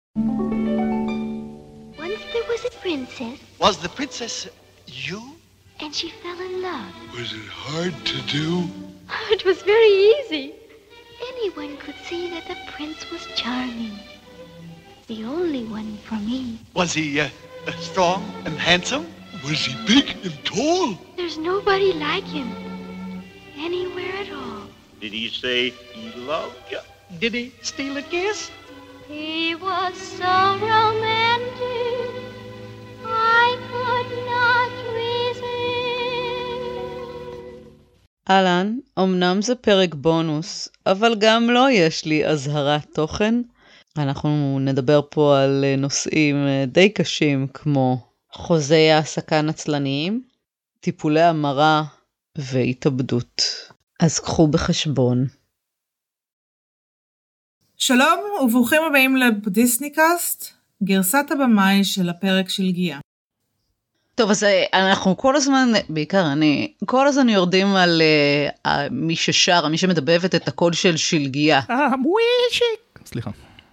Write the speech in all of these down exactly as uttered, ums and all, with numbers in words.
Once there was a princess. Was the princess you? And she fell in love. Was it hard to do? It was very easy. Anyone could see that the prince was charming. The only one for me. Was he uh, strong and handsome? Was he big and tall? There's nobody like him. Anywhere at all. Did he say he loved you? Did he steal a kiss? He was so romantic. I could not resist. אהלן, אמנם זה פרק בונוס, אבל גם לא יש לי הזהרת תוכן. אנחנו נדבר פה על נושאים די קשים כמו חוזי העסקה נצלניים, טיפולי המרה והתאבדות. אז קחו בחשבון. שלום וברוכים הבאים לבודיסניקאסט, גרסת הבמאי של הפרק של גיאה. טוב, אז אנחנו כל הזמן, בעיקר אני, כל הזמן יורדים על uh, מי ששר, מי שמדבבת את הקול של שלגיה. אה, מווישיק. סליחה.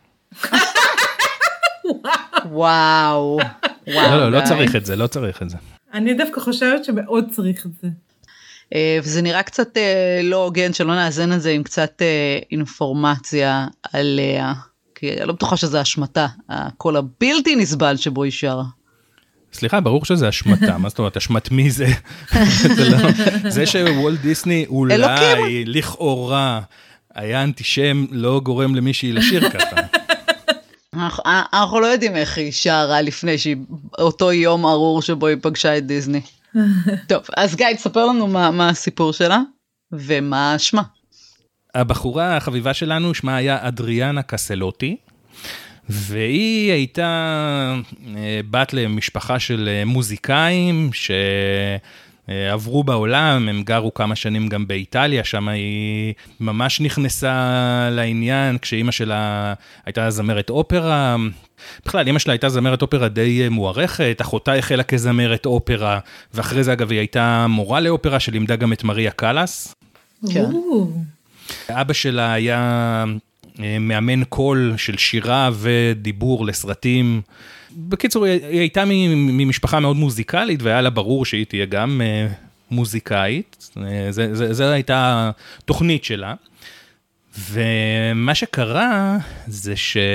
וואו. לא, לא, לא צריך את זה, לא צריך את זה. אני דווקא חושבת שמאוד צריך את זה. Uh, וזה נראה קצת uh, לא הוגן, שלא נאזן את זה עם קצת uh, אינפורמציה עליה, כי אני לא בטוחה שזה השמטה, הקול הבלתי נסבל שבו היא שרה. סליחה, ברור שזה השמטה, מה זאת אומרת, השמט מי זה? זה שוולט דיסני אולי, לכאורה, היה אנטישם, לא גורם למישהי לשיר ככה. אנחנו לא יודעים איך היא שרה לפני אותו יום ארור שבו היא פגשה את דיסני. טוב, אז גיא, תספר לנו מה הסיפור שלה, ומה שמה. הבחורה החביבה שלנו, שמה היה אדריאנה קסלוטי, והיא הייתה בת למשפחה של מוזיקאים שעברו בעולם, הם גרו כמה שנים גם באיטליה, שם היא ממש נכנסה לעניין, כשאימא שלה הייתה זמרת אופרה, בכלל אימא שלה הייתה זמרת אופרה די מוערכת, אחותה החלה כזמרת אופרה, ואחרי זה אגב היא הייתה מורה לאופרה שלימדה גם את מריה קלאס. כן. אבא שלה היה מאמן קול של שירה ודיבור לסרטים. בקיצור, היא הייתה ממשפחה מאוד מוזיקלית, והיה לה ברור שהיא תהיה גם מוזיקאית. זה, זה, זה הייתה תוכנית שלה. ומה שקרה זה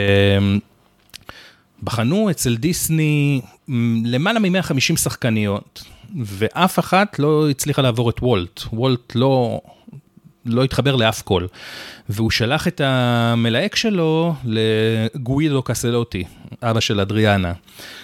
שבחנו אצל דיסני למעלה מ-מאה וחמישים שחקניות, ואף אחת לא הצליחה לעבור את וולט. וולט לא... לא התחבר לאף קול, והוא שלח את המלהק שלו לגווידו קסלוטי, אבא של אדריאנה,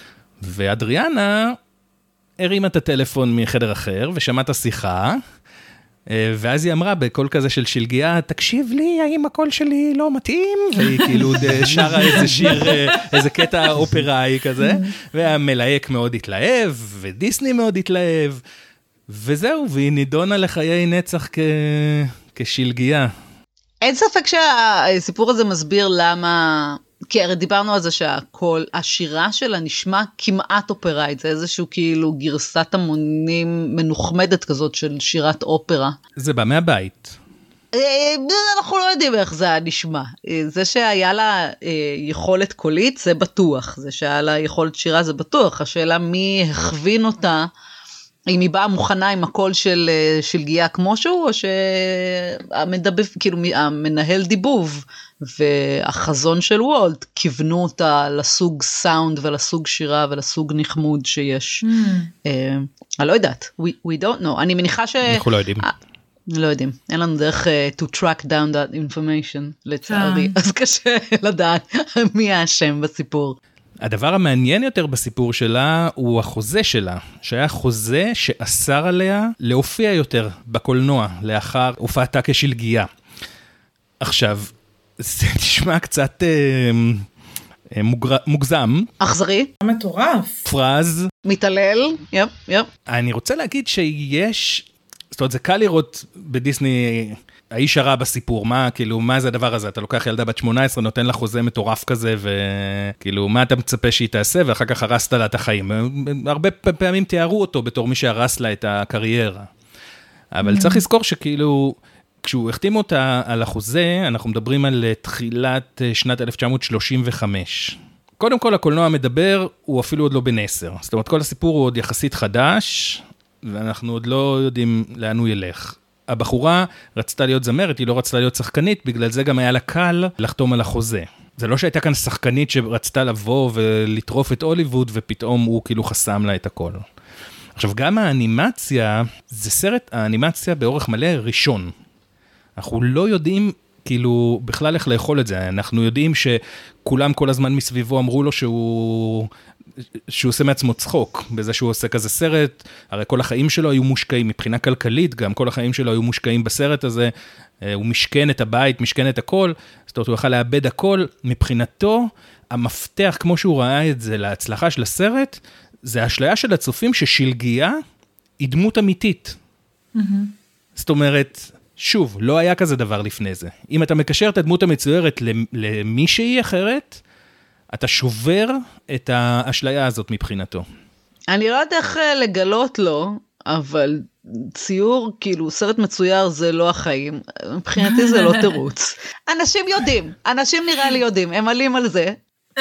ואדריאנה הרימה את הטלפון מחדר אחר, ושמעת השיחה, ואז היא אמרה בקול כזה של שלגיה, תקשיב לי, האם הקול שלי לא מתאים? והיא כאילו שרה איזה שיר, איזה קטע אופראי כזה, והמלהק מאוד התלהב, ודיסני מאוד התלהב, וזהו, והיא נידונה לחיי נצח כ... כשלגיה. אין ספק שהסיפור הזה מסביר למה, כי הרי דיברנו על זה שהכל, השירה שלה נשמע כמעט אופראית, זה איזשהו כאילו גרסת המונים מנוחמדת כזאת של שירת אופרה. זה בא מהבית. אנחנו לא יודעים איך זה היה נשמע. זה שהיה לה יכולת קולית זה בטוח, זה שהיה לה יכולת שירה זה בטוח, השאלה מי הכווין אותה, אם היא באה מוכנה עם הקול של שלגיה כמו שהוא, או שהמדבב, כאילו המנהל דיבוב, והחזון של וולט, כיוונו אותה לסוג סאונד, ולסוג שירה, ולסוג נחמוד שיש. אני לא יודעת, we don't know, אני מניחה ש... אנחנו לא יודעים. לא יודעים, אין לנו דרך to track down that information, לצערי, אז קשה לדעת מי האשם בסיפור. הדבר המעניין יותר בסיפור שלה הוא החוזה שלה, שהיה חוזה שאסר עליה להופיע יותר בקולנוע לאחר הופעתה כשלגיה. עכשיו, זה נשמע קצת אה, אה, מוגר... מוגזם. אכזרי. מטורף. פרז. מתעלל. יפ, יפ. אני רוצה להגיד שיש, זאת אומרת, זה קל לראות בדיסני... האיש הרע בסיפור, מה, כאילו, מה זה הדבר הזה? אתה לוקח ילדה בת שמונה עשרה, נותן לה חוזה מטורף כזה, וכאילו, מה אתה מצפה שהיא תעשה, ואחר כך הרסת לה את החיים. הרבה פעמים תיארו אותו בתור מי שהרס לה את הקריירה. אבל צריך לזכור שכאילו, כשהוא החתים אותה על החוזה, אנחנו מדברים על תחילת שנת אלף תשע מאות שלושים וחמש. קודם כל, הקולנוע המדבר הוא אפילו עוד לא בן עשר. זאת אומרת, כל הסיפור הוא עוד יחסית חדש, ואנחנו עוד לא יודעים לאן הוא ילך. הבחורה רצתה להיות זמרת, היא לא רצתה להיות שחקנית, בגלל זה גם היה לה קל לחתום על החוזה. זה לא שהייתה כאן שחקנית שרצתה לבוא ולטרוף את הוליווד, ופתאום הוא כאילו חסם לה את הכל. עכשיו, גם האנימציה, זה סרט האנימציה באורך מלא ראשון. אנחנו לא יודעים כאילו בכלל איך לאכול את זה. אנחנו יודעים שכולם כל הזמן מסביבו אמרו לו שהוא, שהוא עושה מעצמו צחוק, בזה שהוא עושה כזה סרט, הרי כל החיים שלו היו מושקעים, מבחינה כלכלית גם כל החיים שלו היו מושקעים בסרט הזה, הוא משכן את הבית, משכן את הכל, זאת אומרת הוא יכל לאבד הכל, מבחינתו המפתח כמו שהוא ראה את זה להצלחה של הסרט, זה האשליה של הצופים ששלגיה היא דמות אמיתית. Mm-hmm. זאת אומרת, שוב, לא היה כזה דבר לפני זה. אם אתה מקשר את הדמות המצוירת למישהי אחרת, אתה שובר את האשליה הזאת מבחינתו. אני לא יודעת איך לגלות לו, אבל ציור, כאילו, סרט מצויר זה לא החיים. מבחינתי זה לא תירוץ. אנשים יודעים, אנשים נראה לי יודעים, הם עלים על זה.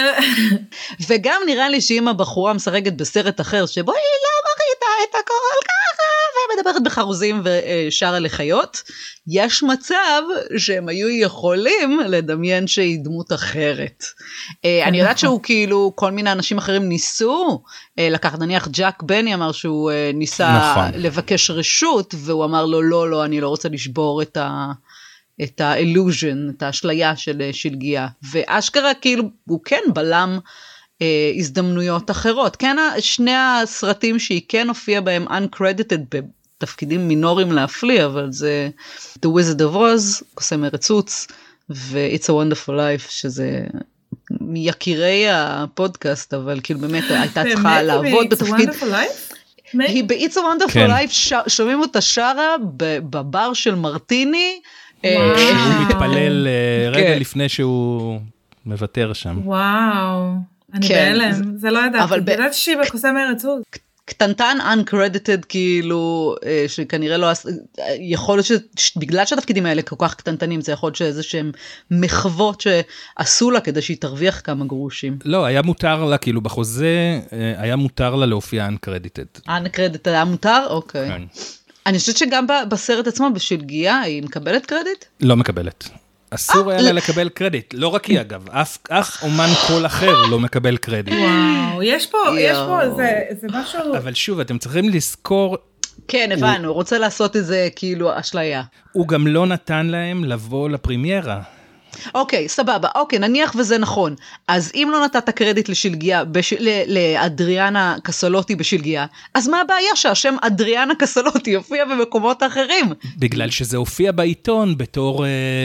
וגם נראה לי שאם הבחורה משחקת בסרט אחר, שבו היא לא מריתה את הכל ככה, ומדברת בחרוזים ושרה לחיות, יש מצב שהם היו יכולים לדמיין שהיא דמות אחרת. אני יודעת שהוא כאילו, כל מיני אנשים אחרים ניסו, לקחת, נניח ג'ק בני אמר שהוא ניסה לבקש רשות, והוא אמר לו, לא, לא, אני לא רוצה לשבור את ה... את האילוז'ן, את האשליה של שלגיה, ואשכרה כאילו הוא כן בלם אה, הזדמנויות אחרות, כן שני הסרטים שהיא כן הופיעה בהם uncredited בתפקידים מינוריים להפליא, אבל זה The Wizard of Oz, קוסם ארצוץ, ו-It's a Wonderful Life, שזה מיקירי הפודקאסט, אבל כאילו באמת הייתה צריכה לעבוד בתפקיד. היא ב-It's a Wonderful Life, שומעים אותה שרה בבר של מרטיני, כשהוא מתפלל רגע לפני שהוא מוותר שם. וואו, אני בהלם, זה לא ידעתי, ידעתי שהיא בקוסם ארצות. קטנטן uncredited כאילו, שכנראה לא, יכול להיות שבגלל שהתפקידים האלה כל כך קטנטנים, זה יכול להיות שאיזה שהם מחוות שעשו לה כדי שהיא תרוויח כמה גרושים. לא, היה מותר לה, כאילו בחוזה, היה מותר לה להופיע uncredited. uncredited היה מותר? אוקיי. אני חושבת שגם בסרט עצמו, בשלגיה, היא מקבלת קרדיט? לא מקבלת. אסור היה לה לקבל קרדיט. לא רק היא אגב, אף אומן קול אחר לא מקבל קרדיט. וואו, יש פה, יש פה, זה משהו... אבל שוב, אתם צריכים לזכור... כן, הבנו, הוא רוצה לעשות איזה כאילו אשליה. הוא גם לא נתן להם לבוא לפרימיירה. אוקיי, סבבה, אוקיי, נניח וזה נכון. אז אם לא נתת קרדיט לשלגיה, לאדריאנה קסלוטי בשלגיה, אז מה הבעיה שהשם אדריאנה קסלוטי יופיע במקומות אחרים? בגלל שזה הופיע בעיתון בתור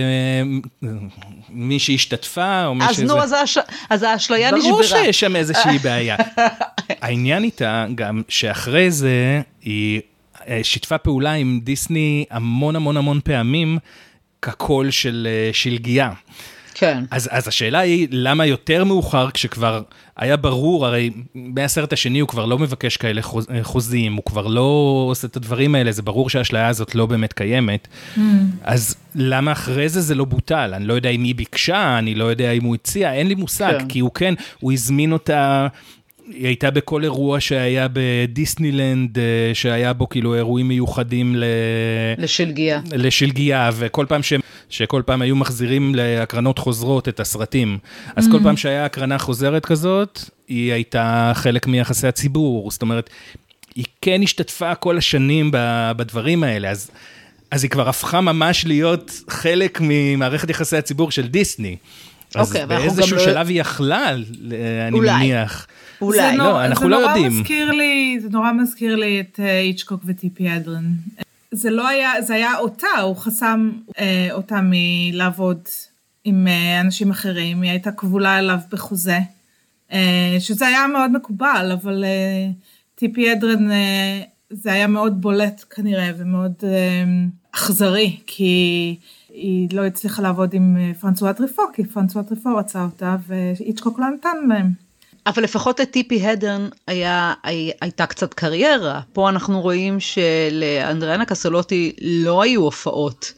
מי שהשתתפה, או מי שזה... אז נו, אז האשליה נשברה. ברור שיש שם איזושהי בעיה. העניין איתה גם שאחרי זה, היא שיתפה פעולה עם דיסני המון המון המון פעמים, כקול של שלגיה. כן. אז, אז השאלה היא, למה יותר מאוחר, כשכבר היה ברור, הרי מהסרט השני הוא כבר לא מבקש כאלה חוז, חוזים, הוא כבר לא עושה את הדברים האלה, זה ברור שהאשליה הזאת לא באמת קיימת, mm. אז למה אחרי זה זה לא בוטל? אני לא יודע אם היא ביקשה, אני לא יודע אם הוא הציע, אין לי מושג, כן. כי הוא כן, הוא הזמין אותה... היא הייתה בכל אירוע שהיה בדיסנילנד, שהיה בו כאילו אירועים מיוחדים ל... לשלגיה. לשלגיה, וכל פעם ש... שכל פעם היו מחזירים להקרנות חוזרות את הסרטים. אז כל פעם שהיה הקרנה חוזרת כזאת, היא הייתה חלק מיחסי הציבור. זאת אומרת, היא כן השתתפה כל השנים בדברים האלה, אז, אז היא כבר הפכה ממש להיות חלק ממערכת יחסי הציבור של דיסני. אז okay, באיזשהו שלב היא יכלה, אני אולי. מניח. אולי. לא, אנחנו לא יודעים. מזכיר לי, זה נורא מזכיר לי את היצ'קוק וטיפי אדרן. זה לא היה, זה היה אותה, הוא חסם אה, אותה מלעבוד עם אה, אנשים אחרים, היא הייתה כבולה אליו בחוזה, אה, שזה היה מאוד מקובל, אבל אה, טיפי אדרן אה, זה היה מאוד בולט כנראה, ומאוד אה, אכזרי, כי... היא לא הצליחה לעבוד עם פרנסואה טריפו, כי פרנסואה טריפו רצה אותה, והיצ'קוק לא נתן להם. אבל לפחות לטיפי הדרן היה, הייתה קצת קריירה. פה אנחנו רואים שלאנדריאנה קסלוטי לא היו הופעות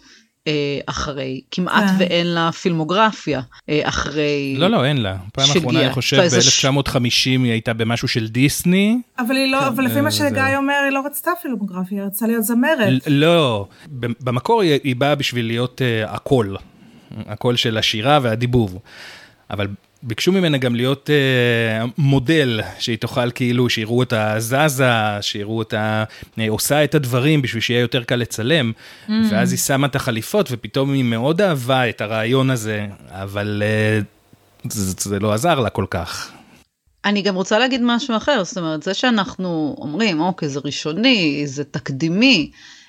אחרי, כמעט ואין לה פילמוגרפיה אחרי... לא, לא, אין לה. פעם אחרונה, אני חושב, ב-אלף תשע מאות חמישים היא הייתה במשהו של דיסני. אבל היא לא, אבל לפי מה שגיא אומר, היא לא רצתה פילמוגרפיה, היא רצתה להיות זמרת. לא, במקור היא באה בשביל להיות הקול, הקול של השירה והדיבוב. אבל ביקשו ממנה גם להיות uh, מודל, שהיא תוכל כאילו, שיראו אותה זזה, שיראו אותה uh, עושה את הדברים, בשביל שיהיה יותר קל לצלם, mm. ואז היא שמה את החליפות, ופתאום היא מאוד אהבה את הרעיון הזה, אבל uh, זה, זה לא עזר לה כל כך. אני גם רוצה להגיד משהו אחר, זאת אומרת, זה שאנחנו אומרים, אוקיי, זה ראשוני, זה תקדימי,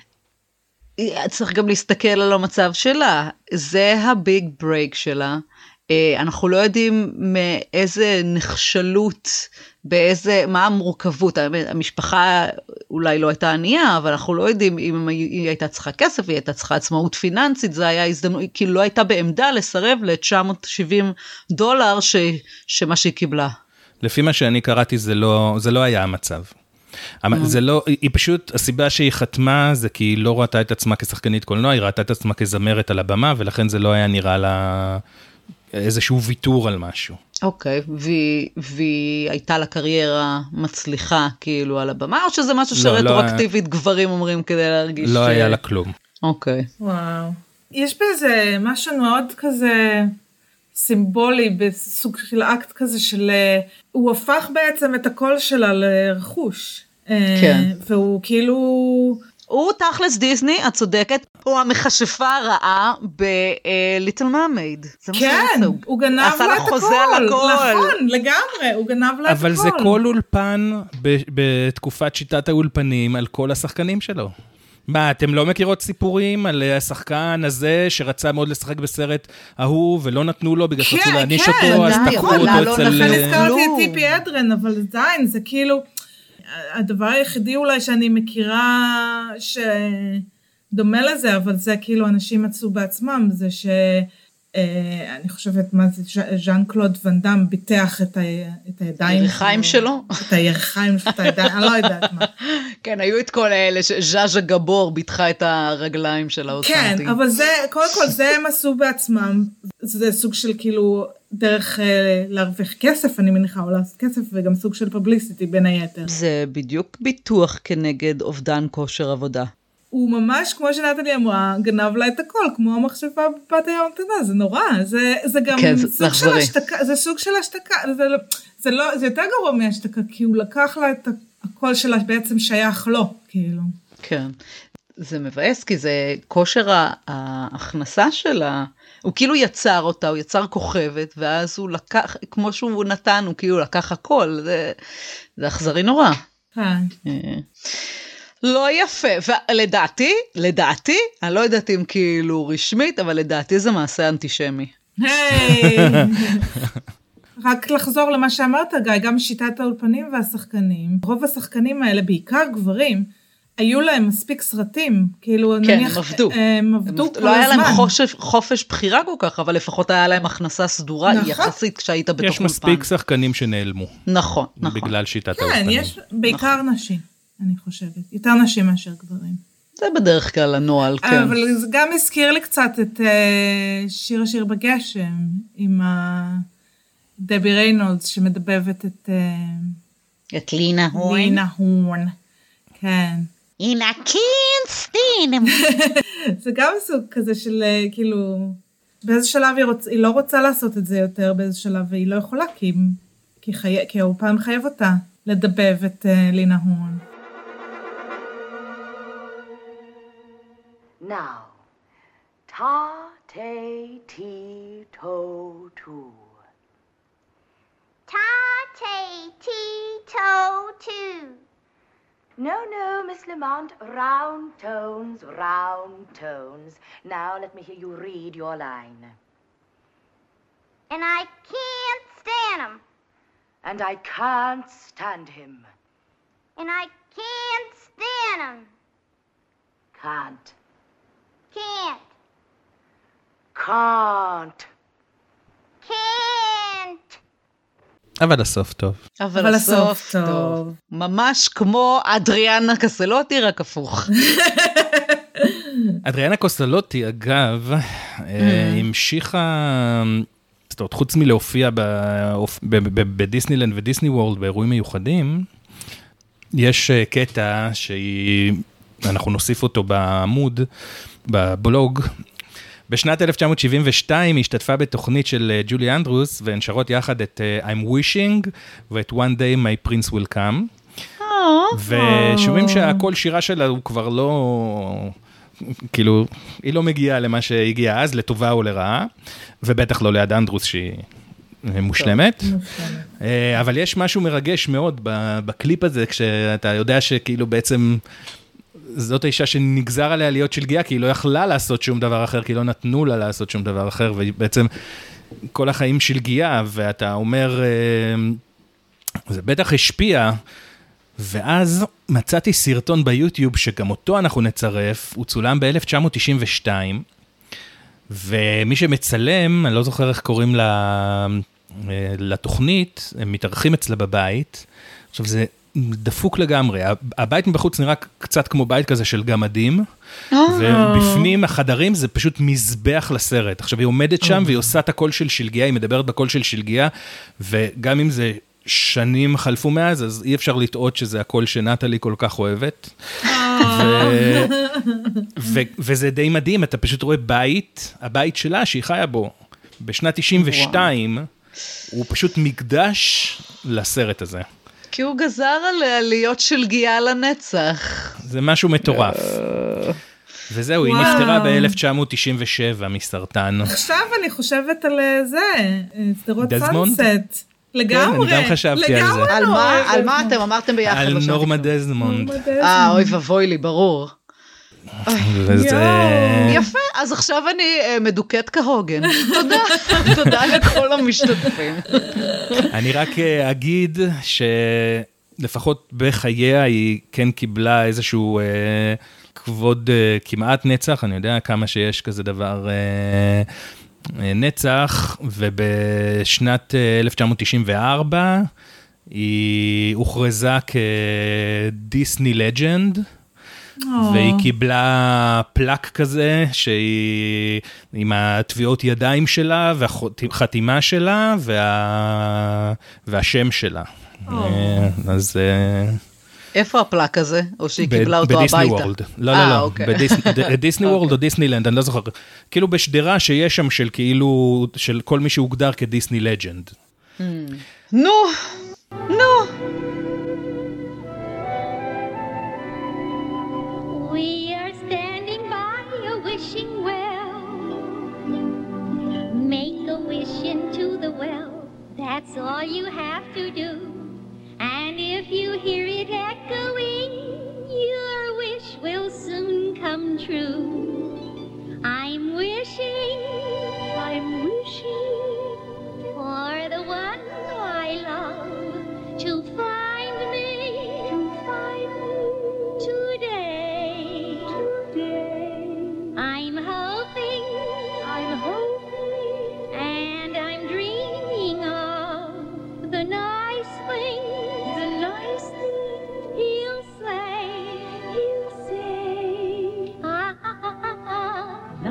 צריך גם להסתכל על המצב שלה, זה הביג ברייק שלה, אנחנו לא יודעים מאיזה נחשלות, באיזה, מה המורכבות, המשפחה אולי לא הייתה ענייה, אבל אנחנו לא יודעים אם היא הייתה צריכה כסף, היא הייתה צריכה עצמאות פיננסית, זה היה הזדמנות, כאילו לא הייתה בעמדה לסרב ל-תשע מאות שבעים דולר ש, שמה שהיא קיבלה. לפי מה שאני קראתי זה לא, זה לא היה המצב. זה לא, היא פשוט, הסיבה שהיא חתמה זה כי היא לא ראתה את עצמה כשחקנית קולנוע, היא ראתה את עצמה כזמרת על הבמה, ולכן זה לא היה נראה לה איזשהו ויתור על משהו. אוקיי, והיא הייתה לה קריירה מצליחה כאילו על הבמה, או שזה משהו שרטרואקטיבית גברים אומרים כדי להרגיש? לא היה לה כלום. אוקיי. וואו. יש בזה משהו מאוד כזה סימבולי, בסוג של אקט כזה של, הוא הפך בעצם את הקול שלה לרכוש. כן. והוא כאילו... הוא תכלס דיסני, את צודקת, הוא המכשפה הרעה בליטל מרמייד. כן, הוא גנב לה את הכל. נכון, לגמרי, הוא גנב לה את הכל. אבל זה כל אולפן בתקופת שיטת האולפנים על כל השחקנים שלו. מה, אתם לא מכירות סיפורים על השחקן הזה שרצה מאוד לשחק בסרט ההוא ולא נתנו לו בגלל שרצו להניש אותו, אז תקעו אותו אצל... לכן הזכרתי את טיפי אדרן, אבל עדיין זה כאילו... הדבר היחידי אולי שאני מכירה שדומה לזה, אבל זה כאילו אנשים מצאו בעצמם, זה שאני חושבת מה זה, ז'אן קלוד ון דאם ביטח את הידיים. הירכיים שלו? את הירכיים שלו, את הידיים, אני לא יודעת מה. כן, היו את כל האלה שז'אז'ה גבור ביטחה את הרגליים שלה. כן, אבל זה, קודם כל זה הם עשו בעצמם, זה סוג של כאילו... דרך להרוויח כסף, אני מניחה, או לעשות כסף, וגם סוג של פובליסיטי בין היתר. זה בדיוק ביטוח כנגד אובדן כושר עבודה. הוא ממש, כמו שנתלי אמרה, גנב לה את הכל, כמו המחשבה בבת היום קטנה, זה נורא, זה, זה גם כן, סוג זה של השתקה, זה סוג של השתקה, זה, לא, זה, לא, זה יותר גרוע מהשתקה, כי הוא לקח לה את הקול שלה בעצם שייך לו, כאילו. כן, זה מבאס, כי זה כושר ההכנסה שלה, הוא כאילו יצר אותה, הוא יצר כוכבת, ואז הוא לקח, כמו שהוא נתן, הוא כאילו לקח הכל, זה, זה אכזרי נורא. לא יפה, ולדעתי, לדעתי, אני לא יודעת אם כאילו רשמית, אבל לדעתי זה מעשה אנטישמי. היי! רק לחזור למה שאמרת, גיא, גם שיטת האולפנים והשחקנים, רוב השחקנים האלה, בעיקר גברים, היו להם מספיק סרטים, כאילו כן, נניח, הם עבדו. הם עבדו כל הזמן. לא היה להם חופש, חופש בחירה כל כך, אבל לפחות היה להם הכנסה סדורה, נכון. יחסית כשהיית בתוך אולפן. יש מספיק שחקנים שנעלמו. נכון, נכון. בגלל שיטת כן, האולפנים. יש בעיקר נכון. נשים, אני חושבת. יותר נשים מאשר גברים. זה בדרך כלל הנועל, כן. אבל זה גם הזכיר לי קצת את uh, שיר השיר בגשם, עם uh, דבי ריינולדס, שמדבבת את... Uh, את לינה הורן. לינה הורן, כן. In a can't stand. זה גם סוג כזה של כאילו, באיזה שלב היא, רוצ, היא לא רוצה לעשות את זה יותר, באיזה שלב והיא לא יכולה, כי, כי, חי, כי האולפן חייב אותה לדבב את uh, לינה הורן. Now, ta-te-ti-to-tu. Ta-te-ti-to-tu. No, no, Miss Lamont, round tones, round tones. Now let me hear you read your line. And I can't stand him. And I can't stand him. And I can't stand him. Can't. Can't. Can't. Can't. אבל הסוף טוב. אבל הסוף טוב. ממש כמו אדריאנה קסלוטי, רק הפוך. אדריאנה קוסטלוטי, אגב, המשיכה, זאת אומרת, חוץ מלהופיע בדיסנילנד ודיסני וורלד באירועים מיוחדים, יש קטע שאנחנו נוסיף אותו בעמוד, בבלוג. בשנת אלף תשע מאות שבעים ושתיים היא השתתפה בתוכנית של ג'ולי אנדרוס, והן שרות יחד את I'm Wishing ואת One Day My Prince Will Come. ושומעים שהכל שירה שלה הוא כבר לא, כאילו, היא לא מגיעה למה שהגיעה אז, לטובה או לרעה, ובטח לא ליד אנדרוס שהיא מושלמת. אבל יש משהו מרגש מאוד בקליפ הזה, כשאתה יודע שכאילו בעצם זאת האישה שנגזר עליה להיות שלגיה, כי היא לא יכלה לעשות שום דבר אחר, כי לא נתנו לה לעשות שום דבר אחר, ובעצם כל החיים שלגיה, ואתה אומר, זה בטח השפיע, ואז מצאתי סרטון ביוטיוב, שגם אותו אנחנו נצרף, הוא צולם ב-אלף תשע מאות תשעים ושתיים, ומי שמצלם, אני לא זוכר איך קוראים לה, לתוכנית, הם מתארחים אצלה בבית, עכשיו זה דפוק לגמרי, הבית מבחוץ נראה קצת כמו בית כזה של גמדים, ובפנים החדרים זה פשוט מזבח לסרט, עכשיו היא עומדת שם והיא עושה את הקול של שלגיה, היא מדברת בקול של שלגיה, וגם אם זה שנים חלפו מאז, אז אי אפשר לטעות שזה הקול שנטלי כל כך אוהבת, וזה די מדהים, אתה פשוט רואה בית, הבית שלה שהיא חיה בו, בשנת תשעים ושתיים, הוא פשוט מקדש לסרט הזה. כי הוא גזר עליה להיות שלגיה לנצח. זה משהו מטורף. וזהו, היא נפטרה ב-אלף תשע מאות תשעים ושבע מסרטן. עכשיו אני חושבת על זה, סדרות סאנסט. לגמרי. אני גם חשבתי על זה. על מה אתם אמרתם ביחד? על נורמה דזמונד. אה, אוי ובוי לי, ברור. יפה, אז עכשיו אני מדוקת כהוגן. תודה, תודה לכל המשתתפים. אני רק אגיד שלפחות בחייה היא כן קיבלה איזשהו כבוד כמעט נצח, אני יודע כמה שיש כזה דבר נצח, ובשנת אלף תשע מאות תשעים וארבע היא הוכרזה כדיסני לג'נד, והיא קיבלה פלק כזה, שהיא עם הטביעות ידיים שלה, והחתימה שלה, וה... והשם שלה. אז... איפה הפלק הזה? או שהיא קיבלה אותו הביתה? בדיסני וורלד. לא, לא, לא. בדיסני וורלד או דיסנילנד, אני לא זוכר. כאילו בשדרה שיש שם של כאילו, של כל מי שהוגדר כדיסני לג'נד. נו, נו. We are standing by a wishing well. Make a wish into the well. That's all you have to do. And if you hear it echoing, your wish will soon come true. I'm wishing, I'm wishing for the one I love to find me, to find me today. Today. I'm hoping, I'm hoping, and I'm dreaming of the nice thing. He'll say, he'll say, ah, ah, ah, ah,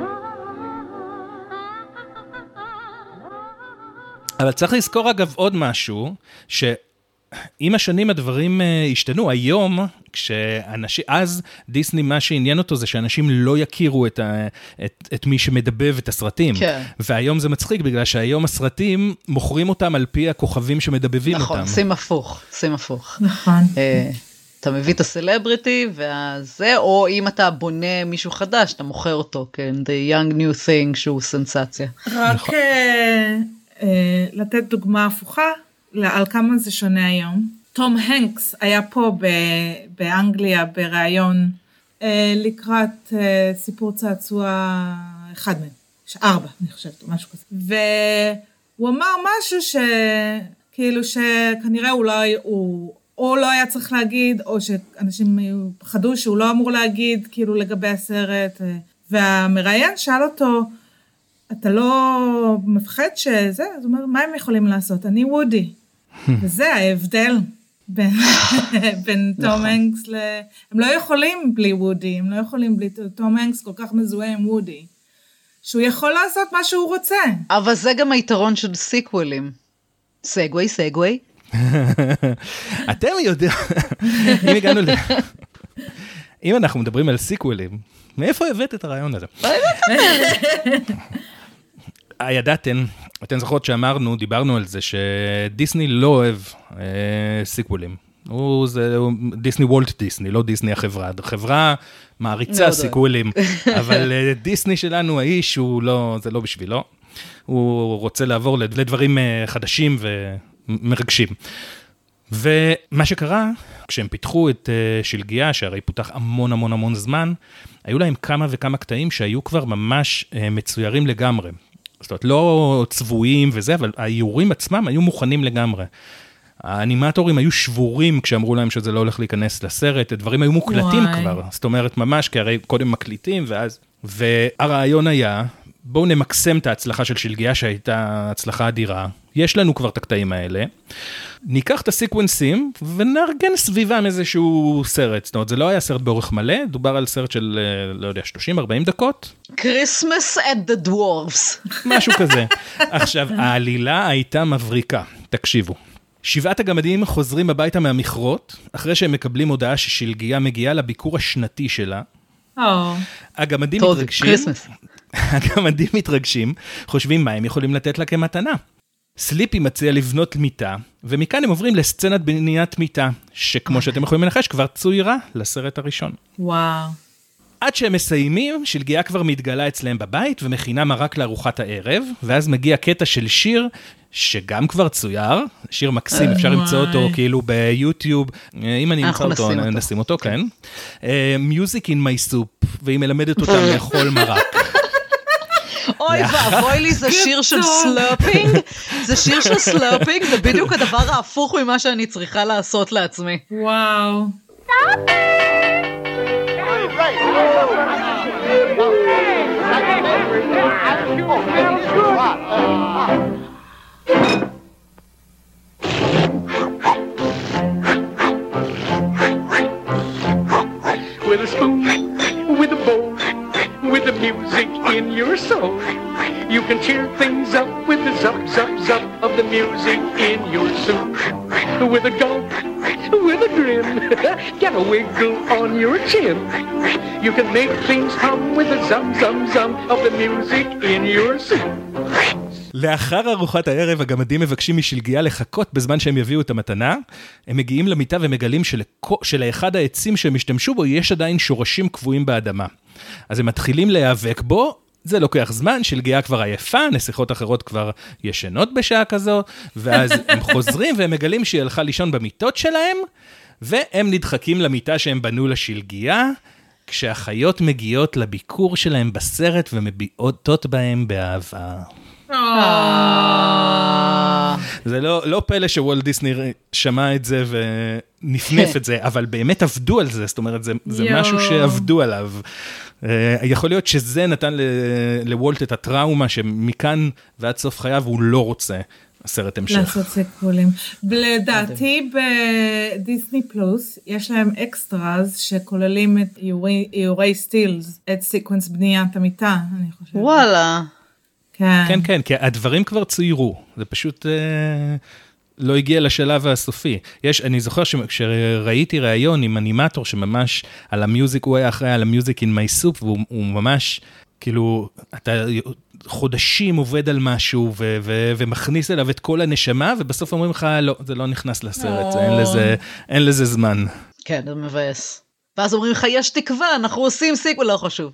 ah. אבל צריך לזכור אגב עוד משהו, שעם השנים הדברים השתנו. היום, כשאנשים, אז דיסני מה שעניין אותו זה שאנשים לא יכירו את, ה, את, את מי שמדבב את הסרטים. כן. והיום זה מצחיק, בגלל שהיום הסרטים מוכרים אותם על פי הכוכבים שמדבבים נכון, אותם. נכון, שים הפוך, שים הפוך. נכון. אתה מביא את הסלבריטי, וזה, או אם אתה בונה מישהו חדש, אתה מוכר אותו, כן, the young new thing שהוא סנסציה. רק נכון. אה, אה, לתת דוגמה הפוכה, על כמה זה שונה היום. תום הנקס היה פה ב- באנגליה בראיון אה, לקראת אה, סיפור צעצוע אחד מהם, ארבע, אני חושבת, משהו כזה. והוא אמר משהו שכאילו שכנראה הוא לא, הוא או לא היה צריך להגיד, או שאנשים פחדו שהוא לא אמור להגיד, כאילו לגבי הסרט, והמראיין שאל אותו, אתה לא מפחד שזה? אז הוא אומר, מה הם יכולים לעשות? אני וודי. וזה ההבדל. בין תום הנקס ל... הם לא יכולים בלי וודי, הם לא יכולים בלי... תום הנקס כל כך מזוהה עם וודי, שהוא יכול לעשות מה שהוא רוצה. אבל זה גם היתרון של סיקוולים. סגווי, סגווי. אתם יודעים, אם הגענו ל... אם אנחנו מדברים על סיקוולים, מאיפה הבאת את הרעיון הזה? הידעתן, אתן זוכרות שאמרנו, דיברנו על זה, שדיסני לא אוהב אה, סיקוולים. הוא, זה, הוא, דיסני וולט דיסני, לא דיסני החברה. החברה מעריצה סיקוולים, אבל אה, דיסני שלנו, האיש, הוא לא, זה לא בשבילו. הוא רוצה לעבור לדברים אה, חדשים ומרגשים. ומה שקרה, כשהם פיתחו את uh, שלגיה, שהרי פותח המון המון המון זמן, היו להם כמה וכמה קטעים שהיו כבר ממש uh, מצוירים לגמרי. זאת אומרת, לא צבועים וזה, אבל האיורים עצמם היו מוכנים לגמרי. האנימטורים היו שבורים כשאמרו להם שזה לא הולך להיכנס לסרט, הדברים היו מוקלטים וואי. כבר, זאת אומרת ממש, כי הרי קודם מקליטים ואז... והרעיון היה, בואו נמקסם את ההצלחה של שלגיה שהייתה הצלחה אדירה, יש לנו כבר את הקטעים האלה, ניקח את הסיקוונסים ונארגן סביבם איזשהו סרט, זאת אומרת זה לא היה סרט באורך מלא, דובר על סרט של לא יודע שלושים ארבעים דקות. Christmas at the Dwarves. משהו כזה. עכשיו העלילה הייתה מבריקה, תקשיבו. שבעת הגמדים חוזרים הביתה מהמכרות, אחרי שהם מקבלים הודעה ששלגיה מגיעה לביקור השנתי שלה. הגמדים מתרגשים, הגמדים מתרגשים, חושבים מה הם יכולים לתת לה כמתנה. סליפי מציע לבנות מיטה, ומכאן הם עוברים לסצנת בניית מיטה, שכמו שאתם יכולים לנחש, כבר צוירה לסרט הראשון. וואו. עד שהם מסיימים, שלגיה כבר מתגלה אצלהם בבית, ומכינה מרק לארוחת הערב, ואז מגיע קטע של שיר, שגם כבר צויר, שיר מקסים, אפשר למצוא אותו כאילו ביוטיוב, אם אני אמצא אותו, נשים אותו, כן. Music in my soup, והיא מלמדת אותם לאכול מרק. אוי ואבוי לי, זה שיר של סלופינג, זה שיר של סלופינג, זה בדיוק הדבר ההפוך ממה שאני צריכה לעשות לעצמי. וואו. With a spoon, with a bowl, with the music in your soul, you can cheer things up with the zup, zup, zup of the music in your soup. With a gulp, with a grin, get a wiggle on your chin. You can make things hum with the zum, zum, zum of the music in your soup. לאחר ארוחת הערב, הגמדים מבקשים משלגיה לחכות בזמן שהם יביאו את המתנה. הם מגיעים למיטה ומגלים שלאחד העצים שהם השתמשו בו, יש עדיין שורשים קבועים באדמה. אז הם מתחילים להיאבק בו, זה לוקח זמן, שלגיה כבר עייפה, נסיכות אחרות כבר ישנות בשעה כזו, ואז הם חוזרים והם מגלים שהיא הלכה לישון במיטות שלהם, והם נדחקים למיטה שהם בנו לשלגיה, כשהחיות מגיעות לביקור שלהם בסרט ומביעות בהם באהבה. זה לא, לא פלא שוולט דיסני שמע את זה ונפנף את זה, אבל באמת עבדו על זה, זאת אומרת, זה, זה משהו שעבדו עליו. יכול להיות שזה נתן לוולט את הטראומה שמכאן ועד סוף חייו הוא לא רוצה הסרט המשך. לעשות סיקוולים. לדעתי בדיסני פלוס יש להם אקסטראז שכוללים את איורי סטילס, את סיקוונס בניית המיטה, אני חושבת. וואלה. כן. כן, כן, כי הדברים כבר צוירו, זה פשוט אה, לא הגיע לשלב הסופי. יש, אני זוכר שראיתי ראיון עם אנימטור שממש על המיוזיק, הוא היה אחראי על המיוזיק in my soup, והוא ממש, כאילו, אתה חודשים עובד על משהו, ו- ו- ומכניס אליו את כל הנשמה, ובסוף אומרים לך, לא, זה לא נכנס לסרט, זה, אין, לזה, אין לזה זמן. כן, זה מבאס. ואז אומרים לך, יש תקווה, אנחנו עושים סיקוול, לא חשוב.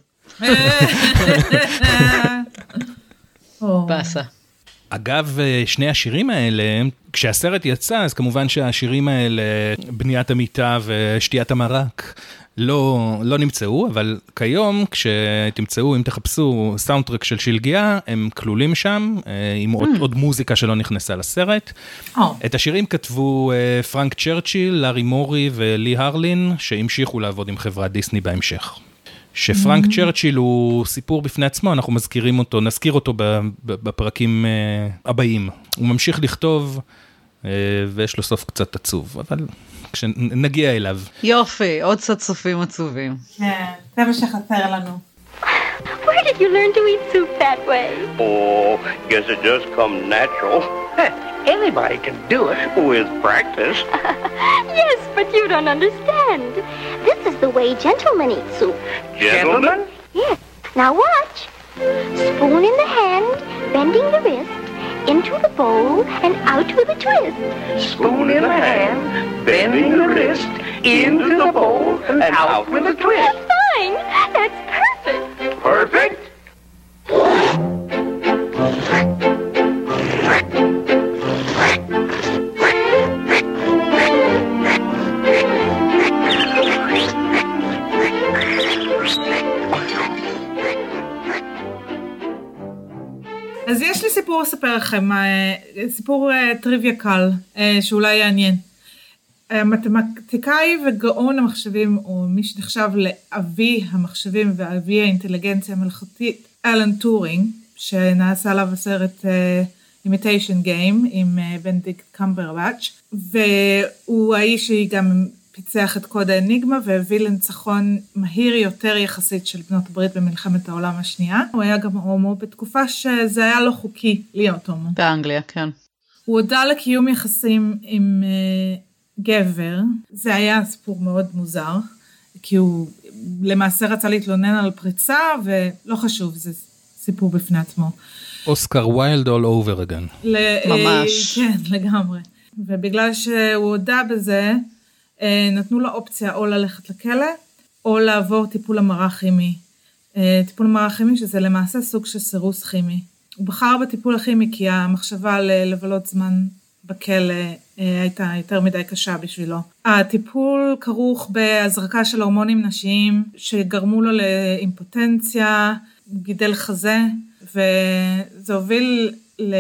פסה. אגב, שני השירים האלה, כשהסרט יצא, אז כמובן שהשירים האלה, בניית המיטה ושתיית המרק, לא, לא נמצאו, אבל כיום, כשתמצאו, אם תחפשו סאונדטרק של שלגיה, הם כלולים שם, עם עוד, עוד מוזיקה שלא נכנסה לסרט. Oh. את השירים כתבו פרנק צ'רצ'יל, לארי מורי ולי הרלין, שהמשיכו לעבוד עם חברת דיסני בהמשך. שפרנק צ'רצ'יל הוא סיפור בפני עצמו, אנחנו מזכירים אותו, נזכיר אותו בפרקים הבאים. הוא ממשיך לכתוב ויש לו סוף קצת עצוב, אבל כשנגיע אליו. יופי, עוד קצת סופים עצובים. כן, זה מה שחסר לנו. Where did you learn to eat soup that way? Oh, guess it just come natural. Anybody can do it. With practice. Yes, but you don't understand. This is the way gentlemen eat soup. Gentlemen? Yes. Now watch. Spoon in the hand, bending the wrist, into the bowl, and out with a twist. Spoon in the hand, bending the wrist, into the bowl, and out with a twist. Fine. That's perfect. Perfect? אז יש לי סיפור לספר לכם, סיפור טריוויה קל, שאולי יעניין. המתמטיקאי וגאון המחשבים, או מי שנחשב לאבי המחשבים ואבי האינטליגנציה המלאכותית, אלן טורינג, שנעשה עליו הסרט Imitation Game עם בנדיקט קמברבץ', והוא האיש שגם פיצח את קוד האניגמה והביא לניצחון מהיר יותר יחסית של בנות הברית במלחמת העולם השנייה. הוא היה גם הומו בתקופה שזה היה לא חוקי להיות הומו. באנגליה, כן. הוא הודע לקיום יחסים עם uh, גבר. זה היה סיפור מאוד מוזר, כי הוא למעשה רצה להתלונן על פריצה, ולא חשוב, זה סיפור בפני עצמו. אוסקר ויילד all over again. ממש. כן, לגמרי. ובגלל שהוא הודע בזה, נתנו לו אופציה או ללכת לכלא, או לעבור טיפול המרה כימי. טיפול המרה כימי שזה למעשה סוג של סירוס כימי. הוא בחר בטיפול הכימי כי המחשבה לבלות זמן בכלא הייתה יותר מדי קשה בשבילו. הטיפול כרוך בהזרקה של הורמונים נשיים שגרמו לו לאימפוטנציה, גידל חזה, וזה הוביל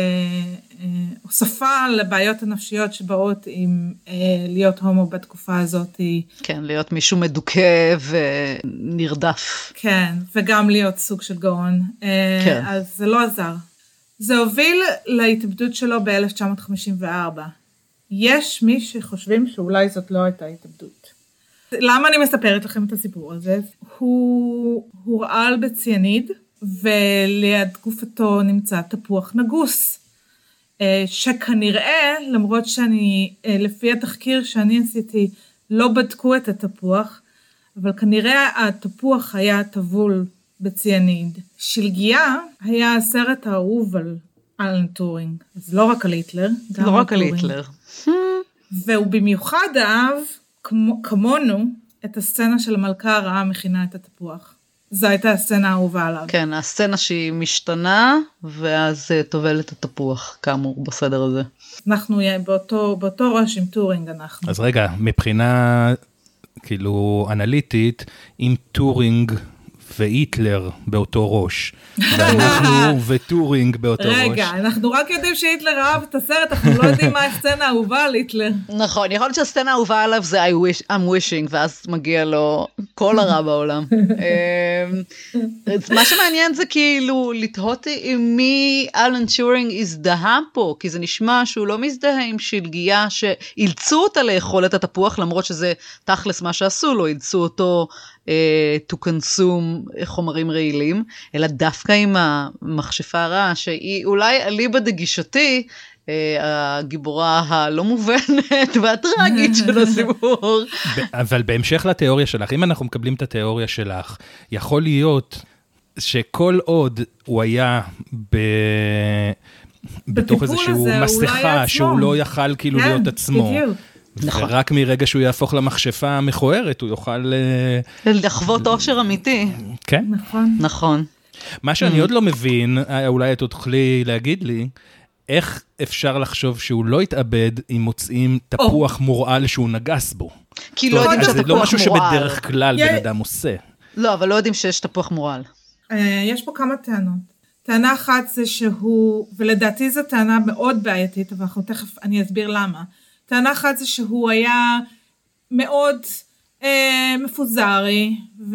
להוספה לבעיות הנפשיות שבאות עם להיות הומו בתקופה הזאת. כן, להיות מישהו מדוכא ונרדף. כן, וגם להיות סוג של גאון. כן. אז זה לא עזר. זה הוביל להתאבדות שלו ב-אלף תשע מאות חמישים וארבע. יש מי שחושבים שאולי זאת לא הייתה התאבדות. למה אני מספרת לכם את הסיפור הזה? הוא הורעל בציאניד, וליד גופתו נמצא תפוח נגוס, שכנראה, למרות שאני, לפי התחקיר שאני עשיתי, לא בדקו את התפוח, אבל כנראה התפוח היה טבול בציאניד. שלגיה היה הסרט האהוב על אלן טורינג, אז לא רק על היטלר, גם לא רק על היטלר. והוא במיוחד אהב, כמו, כמונו, את הסצנה של המלכה הרעה מכינה את התפוח. זו הייתה הסצנה האהובה עליו. כן, הסצנה שהיא משתנה, ואז תובל את התפוח, כאמור, בסדר הזה. אנחנו באותו, באותו ראש עם טורינג אנחנו. אז רגע, מבחינה, כאילו, אנליטית, עם טורינג והיטלר באותו ראש, ואנחנו וטורינג באותו ראש. רגע, אנחנו רק יודעים שהיטלר אהב את הסרט, אנחנו לא יודעים מה הסצנה האהובה על היטלר. נכון, יכול להיות שהסצנה האהובה עליו זה I wish, I'm wishing, ואז מגיע לו כל הרע בעולם. מה שמעניין זה כאילו לתהות עם מי אלן טורינג הזדהה פה, כי זה נשמע שהוא לא מזדהה עם שלגיה שאילצו אותה לאכול את התפוח, למרות שזה תכלס מה שעשו לו, אילצו אותו to consume חומרים רעילים, אלא דווקא עם המכשפה הרעה, שהיא אולי אליבא דגישתי, הגיבורה הלא מובנת והטרגית של הסיפור. אבל בהמשך לתיאוריה שלך, אם אנחנו מקבלים את התיאוריה שלך, יכול להיות שכל עוד הוא היה ב... בתוך איזשהו מסכה, שהוא לא יכל כאילו להיות עצמו. ורק מרגע שהוא יהפוך למכשפה המכוערת, הוא יוכל לחוות אושר אמיתי. כן. נכון. נכון. מה שאני עוד לא מבין, אולי את תוכלי להגיד לי, איך אפשר לחשוב שהוא לא יתאבד אם מוצאים תפוח מורעל שהוא נגס בו? כי לא יודעים שתפוח מורעל. זה לא משהו שבדרך כלל בן אדם עושה. לא, אבל לא יודעים שיש תפוח מורעל. יש פה כמה טענות. טענה אחת זה שהוא, ולדעתי זו טענה מאוד בעייתית, אבל אנחנו תכף, אני אסביר למה. טענה אחת זה שהוא היה מאוד מפוזרי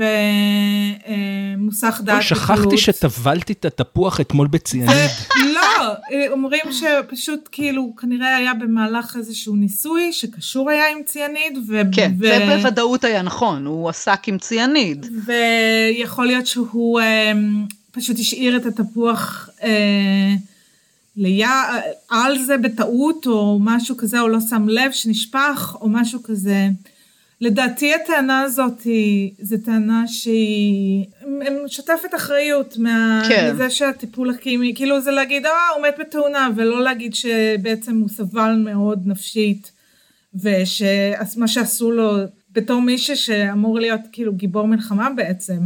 ומוסך דעת. שכחתי שטבלתי את התפוח אתמול בציאניד. לא, אומרים שפשוט כאילו כנראה היה במהלך איזשהו ניסוי שקשור היה עם ציאניד. כן, זה בוודאות היה נכון, הוא עסק עם ציאניד. ויכול להיות שהוא פשוט השאיר את התפוח על זה בטעות או משהו כזה, או לא שם לב שנשפך או משהו כזה. לדעתי הטענה הזאת היא, זו טענה שהיא משתפת אחריות מה, כן. מזה שהטיפול הכימי, כאילו זה להגיד, אה, הוא מת בתאונה, ולא להגיד שבעצם הוא סבל מאוד נפשית, ומה שעשו לו, בתור מישהו שאמור להיות כאילו גיבור מלחמה בעצם,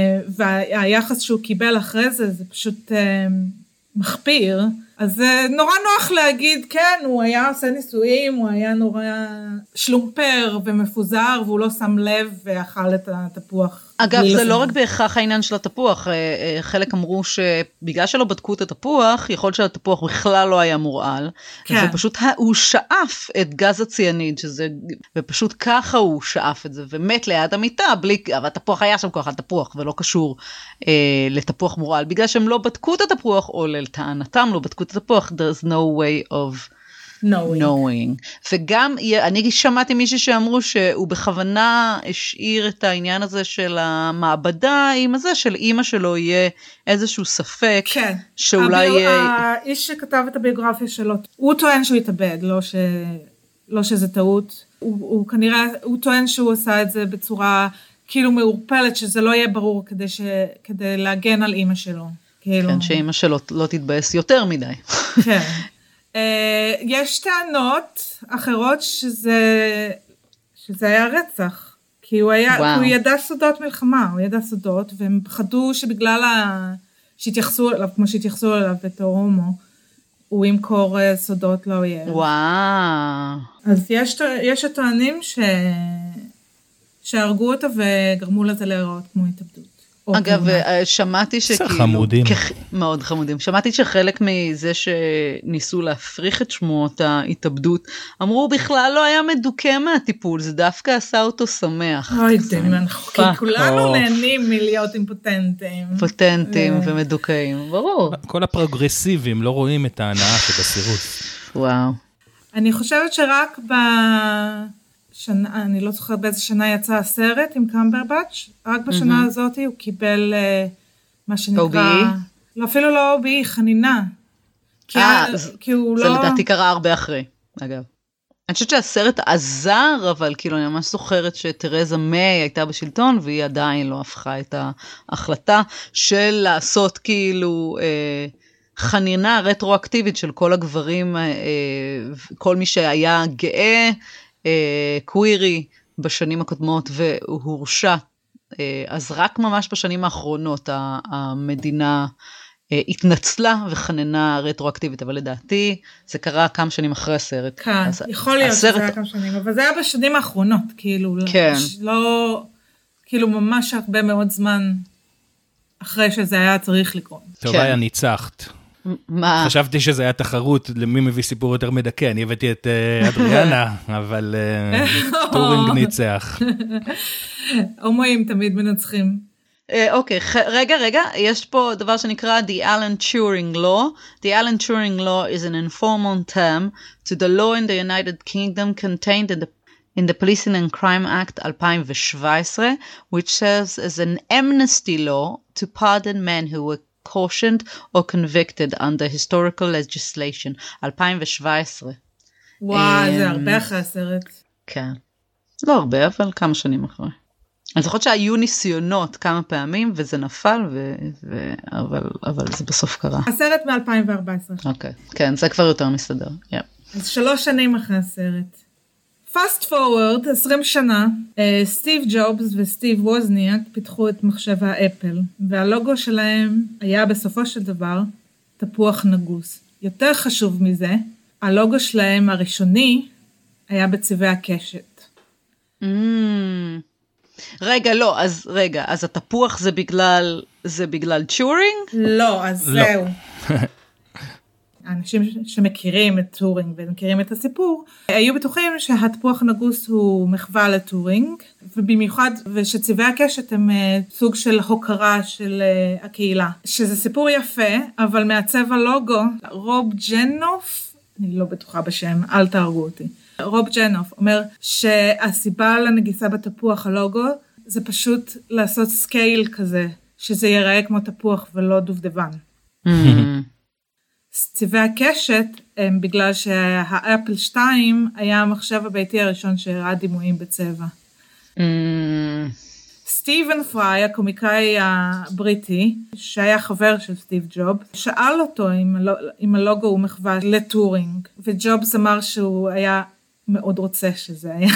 והיחס שהוא קיבל אחרי זה, זה פשוט מחפיר, אז זה נורא נוח להגיד, כן, הוא היה עושה ניסויים, הוא היה נורא שלומפר ומפוזר, והוא לא שם לב ואכל את התפוח. אגב, זה לא רק בהכרח העניין של התפוח, חלק אמרו שבגלל שלא בדקו את התפוח, יכול שהתפוח בכלל לא היה מורעל, כן. ופשוט הוא שאף את גז הציאניד, שזה, ופשוט ככה הוא שאף את זה, ומת ליד המיטה, בלי, אבל התפוח היה שם ככה, התפוח, ולא קשור אה, לתפוח מורעל, בגלל שהם לא בדקו את התפוח, או לטענתם לא בדקו את התפוח, there's no way of knowing. knowing. וגם, אני שמעתי מישהו שאמרו שהוא בכוונה השאיר את העניין הזה של המעבדה עם הזה, של אמא שלו יהיה איזשהו ספק, כן. שאולי יהיה... האיש שכתב את הביוגרפיה שלו, הוא טוען שהוא יתאבד, לא, ש... לא שזה טעות, הוא, הוא כנראה, הוא טוען שהוא עשה את זה בצורה כאילו מעורפלת, שזה לא יהיה ברור כדי, ש... כדי להגן על אמא שלו. כאילו... כן, שאמא שלו לא תתבאס יותר מדי. כן. יש טענות אחרות שזה, שזה היה רצח, כי הוא, היה, הוא ידע סודות מלחמה, הוא ידע סודות, והם פחדו שבגלל ה... שהתייחסו אליו, כמו שהתייחסו אליו בתור הומו, הוא ימכור סודות לאויב. וואו. אז יש, יש הטוענים ש... שהרגו אותה וגרמו לזה להיראות כמו התאבדות. אגב, שמעתי שכאילו... חמודים. מאוד חמודים. שמעתי שחלק מזה שניסו להפריך את שמועות ההתאבדות, אמרו בכלל לא היה מדוכא מהטיפול, זה דווקא עשה אותו שמח. אוי, כי כולנו נהנים מלהיות אימפוטנטים. אימפוטנטים ומדוכאים, ברור. כל הפרוגרסיבים לא רואים את ההנאה שבסירוס. וואו. אני חושבת שרק ב... שנה, אני לא זוכרת באיזה שנה יצא הסרט עם קמברבץ', רק בשנה הזאת הוא קיבל מה שנקרא, לא, אפילו לא או בי, חנינה. כי הוא לא... זה לדעתי קרה הרבה אחרי, אגב. אני חושבת שהסרט עזר, אבל כאילו אני ממש זוכרת שתרזה מיי הייתה בשלטון, והיא עדיין לא הפכה את ההחלטה של לעשות כאילו חנינה רטרואקטיבית של כל הגברים, כל מי שהיה גאה, קווירי בשנים הקודמות והוא הורשע, אז רק ממש בשנים האחרונות המדינה התנצלה וחננה רטרואקטיבית, אבל לדעתי זה קרה כמה שנים אחרי הסרט. כן, יכול להיות שזה היה כמה שנים, אבל זה היה בשנים האחרונות, כאילו, לא, כאילו ממש הרבה מאוד זמן אחרי שזה היה צריך לקרות. טוב, היה ניצחת. מה? חשבתי שזה היה תחרות למי מביא סיפור יותר מדכא, אני הבאתי את אדריאנה, אבל טורינג ניצח. הומואים תמיד מנצחים. אוקיי, רגע, רגע, יש פה דבר שנקרא The Alan Turing Law. The Alan Turing Law is an informal term to the law in the United Kingdom contained in the in the Policing and Crime Act אלפיים שבע עשרה, which serves as an amnesty law to pardon men who were cautioned or convicted under historical legislation. אלפיים שבע עשרה. וואו, זה הרבה אחרי הסרט. כן. לא הרבה, אבל כמה שנים אחרי. אני זוכרת שהיו ניסיונות כמה פעמים, וזה נפל, ו... ו... אבל... אבל זה בסוף קרה. הסרט מ-אלפיים וארבע עשרה. אוקיי, כן, זה כבר יותר מסתדר. Yeah. אז שלוש שנים אחרי הסרט. Fast forward, עשרים שנה, סטיב ג'ובס וסטיב ווזניאק פיתחו את מחשב האפל, והלוגו שלהם היה בסופו של דבר תפוח נגוס. יותר חשוב מזה, הלוגו שלהם הראשוני היה בצבעי הקשת. Mm. רגע, לא, אז רגע, אז התפוח זה בגלל, זה בגלל צ'ורינג? לא, אז לא. זהו. האנשים שמכירים את טורינג ומכירים את הסיפור, היו בטוחים שהתפוח הנגוס הוא מחווה לטורינג, ובמיוחד ושצבעי הקשת הם סוג של הוקרה של הקהילה, שזה סיפור יפה, אבל מהצבע לוגו, רוב ג'נוף, אני לא בטוחה בשם, אל תהרגו אותי, רוב ג'נוף אומר שהסיבה לנגיסה בתפוח הלוגו, זה פשוט לעשות סקייל כזה, שזה ייראה כמו תפוח ולא דובדבן. צבעי הקשת הם בגלל שהאפל שתיים היה המחשב הביתי הראשון שהראה דימויים בצבע. סטיבן פריי, הקומיקאי הבריטי, שהיה חבר של סטיב ג'ובס, שאל אותו אם הלוגו הוא מחווה לטורינג, וג'ובס אמר שהוא היה מאוד רוצה שזה היה.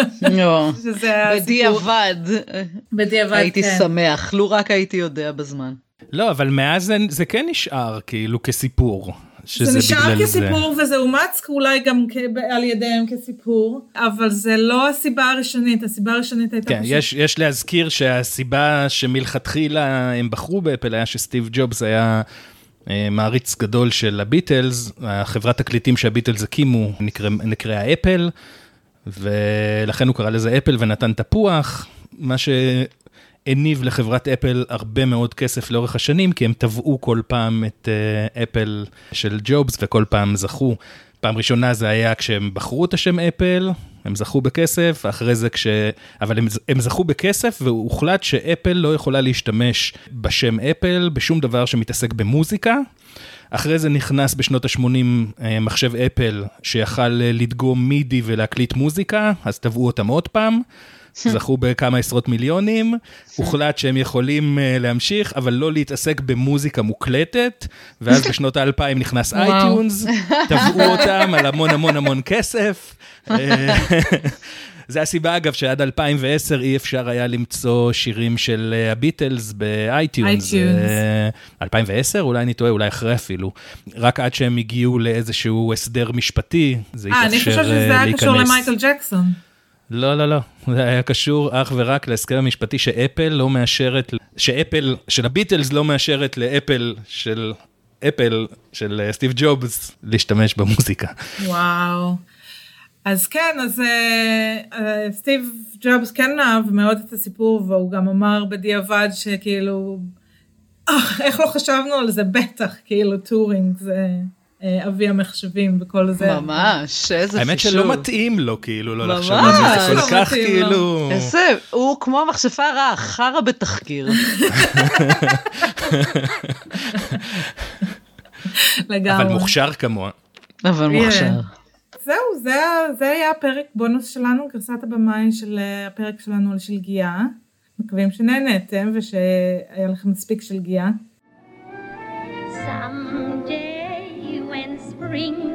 בדיעבד. בדיעבד, כן. הייתי שמח, לו רק הייתי יודע בזמן. לא, אבל מאז זה, זה כן נשאר כאילו כסיפור. זה נשאר כסיפור זה... וזה אומץ אולי גם על ידיהם כסיפור, אבל זה לא הסיבה הראשונית, הסיבה הראשונית הייתה כן, פשוט. יש, יש להזכיר שהסיבה שמלכתחילה הם בחרו באפל היה שסטיב ג'ובס היה אה, מעריץ גדול של הביטלס, החברת תקליטים שהביטלס הקימו נקרא, נקראה אפל, ולכן הוא קרא לזה אפל ונתן תפוח, מה ש... הניב לחברת אפל הרבה מאוד כסף לאורך השנים, כי הם טבעו כל פעם את uh, אפל של ג'ובס, וכל פעם זכו. פעם ראשונה זה היה כשהם בחרו את השם אפל, הם זכו בכסף, אחרי זה כש... אבל הם, הם זכו בכסף, והוחלט שאפל לא יכולה להשתמש בשם אפל, בשום דבר שמתעסק במוזיקה. אחרי זה נכנס בשנות ה-שמונים מחשב אפל, שיכל לדגום מידי ולהקליט מוזיקה, אז טבעו אותם עוד פעם. זכו בכמה עשרות מיליונים, הוחלט שהם יכולים להמשיך, אבל לא להתעסק במוזיקה מוקלטת, ואז בשנות האלפיים נכנס אייטיונס, טבעו אותם על המון המון המון כסף. זה הסיבה אגב שעד אלפיים ועשר אי אפשר היה למצוא שירים של הביטלס באייטיונס. אלפיים ועשר אולי אני טועה, אולי אחרי אפילו. רק עד שהם הגיעו לאיזשהו הסדר משפטי, זה התאפשר להיכנס. אני חושב שזה היה קשור למייקל ג'קסון. לא, לא, לא. זה היה קשור אך ורק להסכם המשפטי שאפל לא מאשרת, שאפל של הביטלס לא מאשרת לאפל של אפל של סטיב ג'ובס להשתמש במוזיקה. וואו. אז כן, אז uh, uh, סטיב ג'ובס כן אהב מאוד את הסיפור, והוא גם אמר בדיעבד שכאילו, אך, איך לא חשבנו על זה בטח, כאילו טורינג זה... אבי המחשבים וכל זה. ממש, איזה חישוב. האמת שלא מתאים לו, כאילו, לא לחשוב על זה, זה כל כך כאילו... איזה, הוא כמו המחשפה הרעה, חרה בתחקיר. לגמרי. אבל מוכשר כמוה. אבל מוכשר. זהו, זה היה הפרק בונוס שלנו, גרסת הבמאי של הפרק שלנו על שלגיה. מקווים שנהנתם ושהיה לכם מספיק שלגיה. Someday when spring